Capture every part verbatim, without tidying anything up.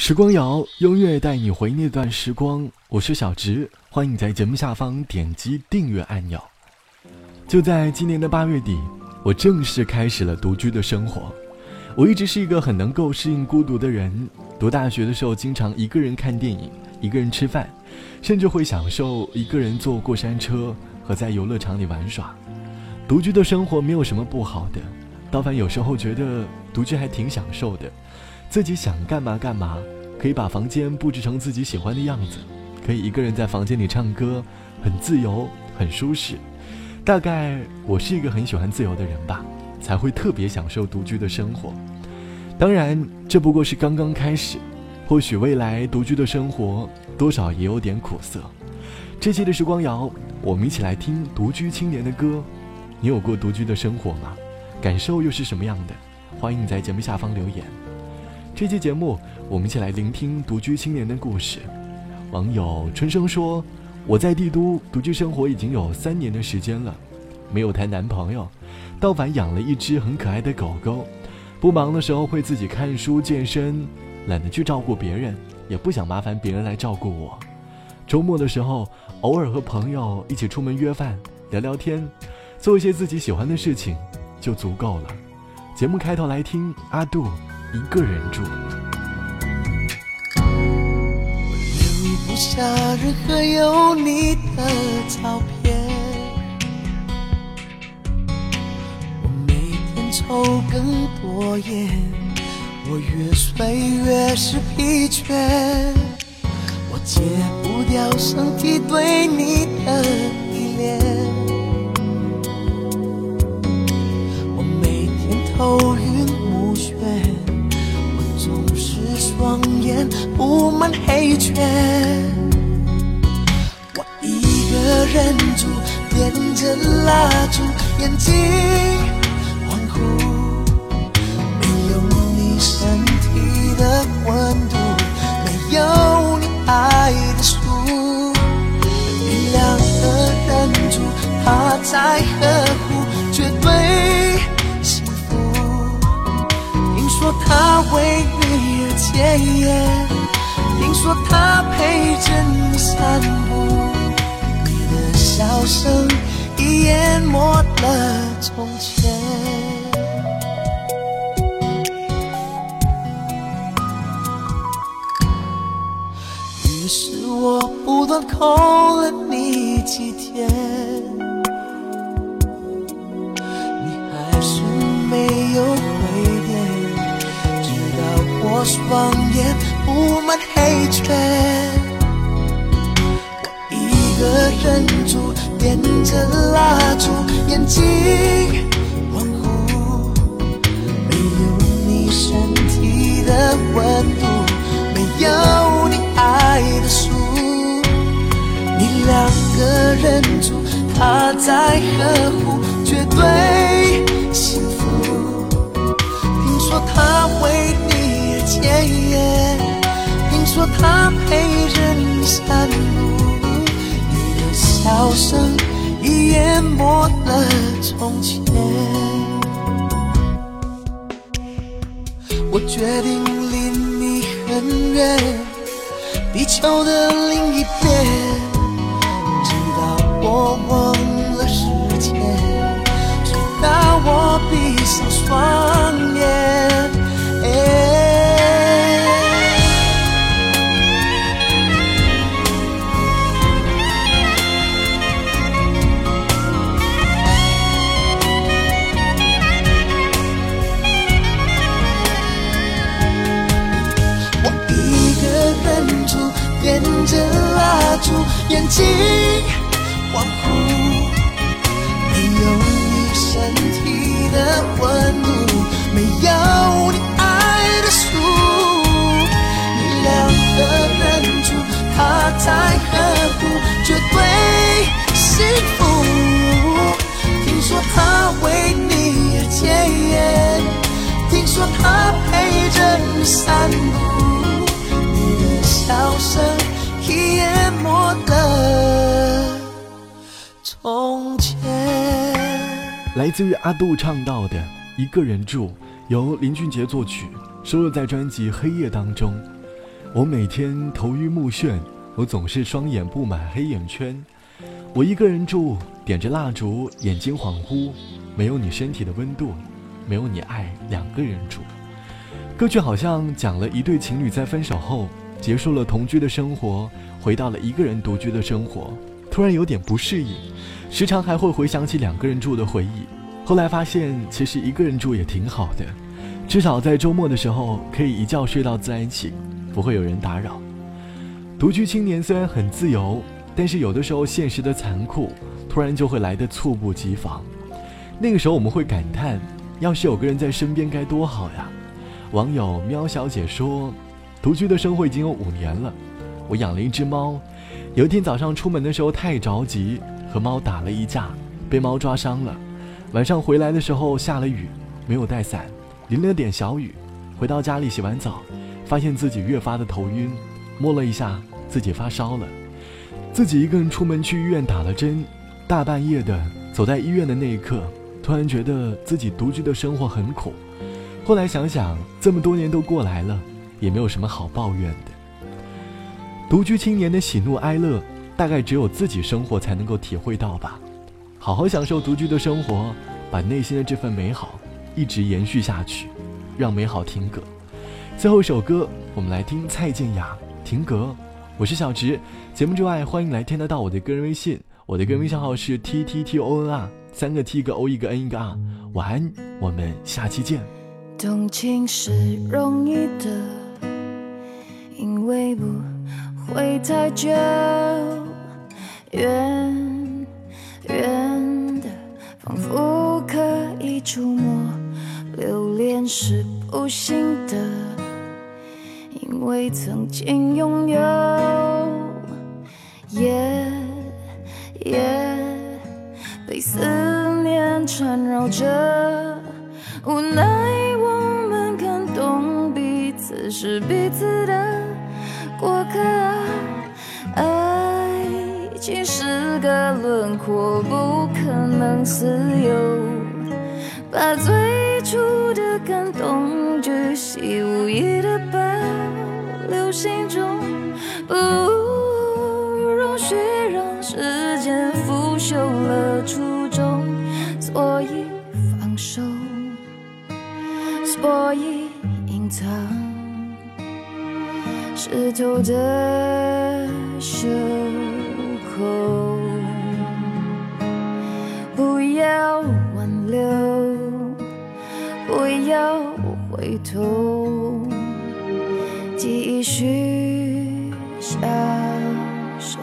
时光谣，音乐带你回那段时光。我是小直，欢迎在节目下方点击订阅按钮。就在今年的八月底，我正式开始了独居的生活。我一直是一个很能够适应孤独的人，读大学的时候经常一个人看电影，一个人吃饭，甚至会享受一个人坐过山车和在游乐场里玩耍。独居的生活没有什么不好的，倒反有时候觉得独居还挺享受的，自己想干嘛干嘛，可以把房间布置成自己喜欢的样子，可以一个人在房间里唱歌，很自由很舒适。大概我是一个很喜欢自由的人吧，才会特别享受独居的生活。当然这不过是刚刚开始，或许未来独居的生活多少也有点苦涩。这期的时光谣，我们一起来听独居青年的歌。你有过独居的生活吗？感受又是什么样的？欢迎在节目下方留言。这期节目我们一起来聆听独居青年的故事。网友春生说，我在帝都独居生活已经有三年的时间了，没有谈男朋友，倒反养了一只很可爱的狗狗。不忙的时候会自己看书健身，懒得去照顾别人，也不想麻烦别人来照顾我。周末的时候偶尔和朋友一起出门约饭聊聊天，做一些自己喜欢的事情就足够了。节目开头来听阿杜一个人住。 我留不下任何有你的照片，我每天抽更多烟，我越睡越是疲倦，我戒不掉身体对你的依恋，我每天头晕目眩，我总是双眼布满黑圈，我一个人住，点着蜡烛，眼睛恍惚，没有你身体的温度，没有你爱的书，你两个人住，他在呵护，绝对幸福。听说他为你而戒烟，听说他陪着你散步，你的笑声已淹没了从前。于是我不断扣了你几天，你还是没有回电，直到我双眼布满黑圈，我一个人住，点着蜡烛，眼睛恍惚，没有你身体的温度，没有你爱的书，你两个人住，他在呵护，绝对幸福。听说他为你而戒烟，听说他陪着你散步，你的笑声已淹没了从前。我决定离你很远，地球的另一边，直到我忘了时间，直到我闭上双眼。我一个人住，点着蜡烛，眼睛恍惚，没有你身体的温度，没有你爱的书，你两个人住，他在呵护，绝对幸福。听说他为你而戒烟，听说他陪着你散步，你的笑声已淹没了从前。 来自于阿杜唱到的一个人住，由林俊杰作曲，收录在专辑《黑夜》当中。 我每天头晕目眩，我总是双眼布满黑眼圈。我一个人住，点着蜡烛，眼睛恍惚，没有你身体的温度，没有你爱，两个人住。歌曲好像讲了一对情侣在分手后结束了同居的生活，回到了一个人独居的生活，突然有点不适应，时常还会回想起两个人住的回忆。后来发现其实一个人住也挺好的，至少在周末的时候可以一觉睡到自然醒，不会有人打扰。独居青年虽然很自由，但是有的时候现实的残酷突然就会来得猝不及防。那个时候我们会感叹，要是有个人在身边该多好呀。网友喵小姐说，独居的生活已经有五年了，我养了一只猫，有一天早上出门的时候太着急，和猫打了一架，被猫抓伤了。晚上回来的时候下了雨，没有带伞，淋了点小雨，回到家里洗完澡，发现自己越发的头晕，摸了一下自己发烧了，自己一个人出门去医院打了针，大半夜的走在医院的那一刻，突然觉得自己独居的生活很苦。后来想想，这么多年都过来了，也没有什么好抱怨的。独居青年的喜怒哀乐，大概只有自己生活才能够体会到吧。好好享受独居的生活，把内心的这份美好一直延续下去，让美好停格。最后一首歌，我们来听蔡健雅《停格》。我是小直，节目之外欢迎来添加到我的个人微信，我的个人微信号是 T T T O N R， 三个 T 一个 O 一个 N 一个 R。 晚安，我们下期见。 动情是容易的，因为不会太久，远远的仿佛可以触摸，留恋是不行的，因为曾经拥有，也也被思念缠绕着，无奈我们看懂彼此是彼此的过客啊，爱情是个轮廓，不可能自由，把最初的感动巨细无遗的保留心中，不容许让时间腐朽了初衷，所以放手，所以隐藏湿透的袖口，不要挽留，不要回头，继续享受。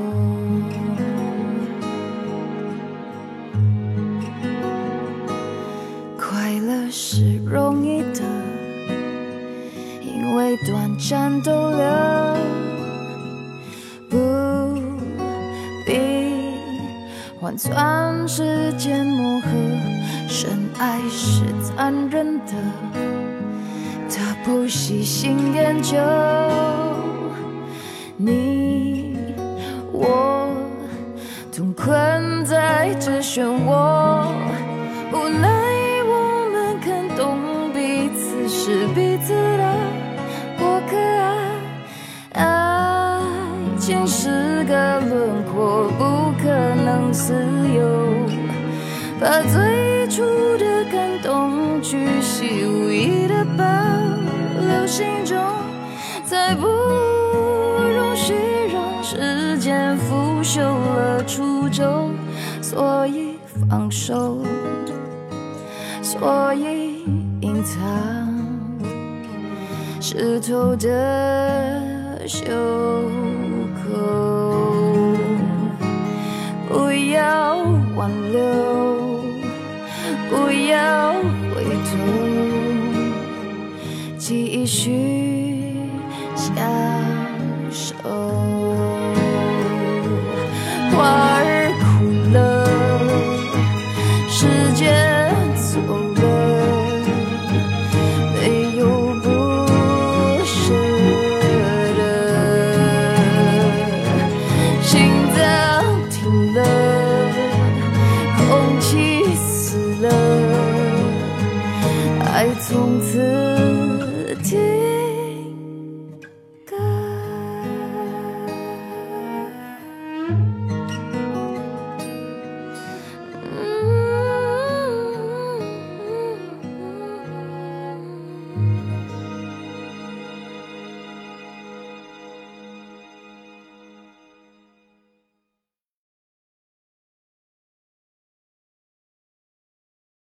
快乐是容易的，因为短暂逗留，不必换算时间磨合，深爱是残忍的，他不细心研究，你我同困在这漩涡，无奈我们看懂彼此是彼此的过客啊，爱情是个轮廓，不可能自由，把最初的感动巨细无遗的保留心中，再不容许让时间腐朽了初衷，所以放手，所以隐藏湿透的袖口，不要挽留，不要回头，继续享受。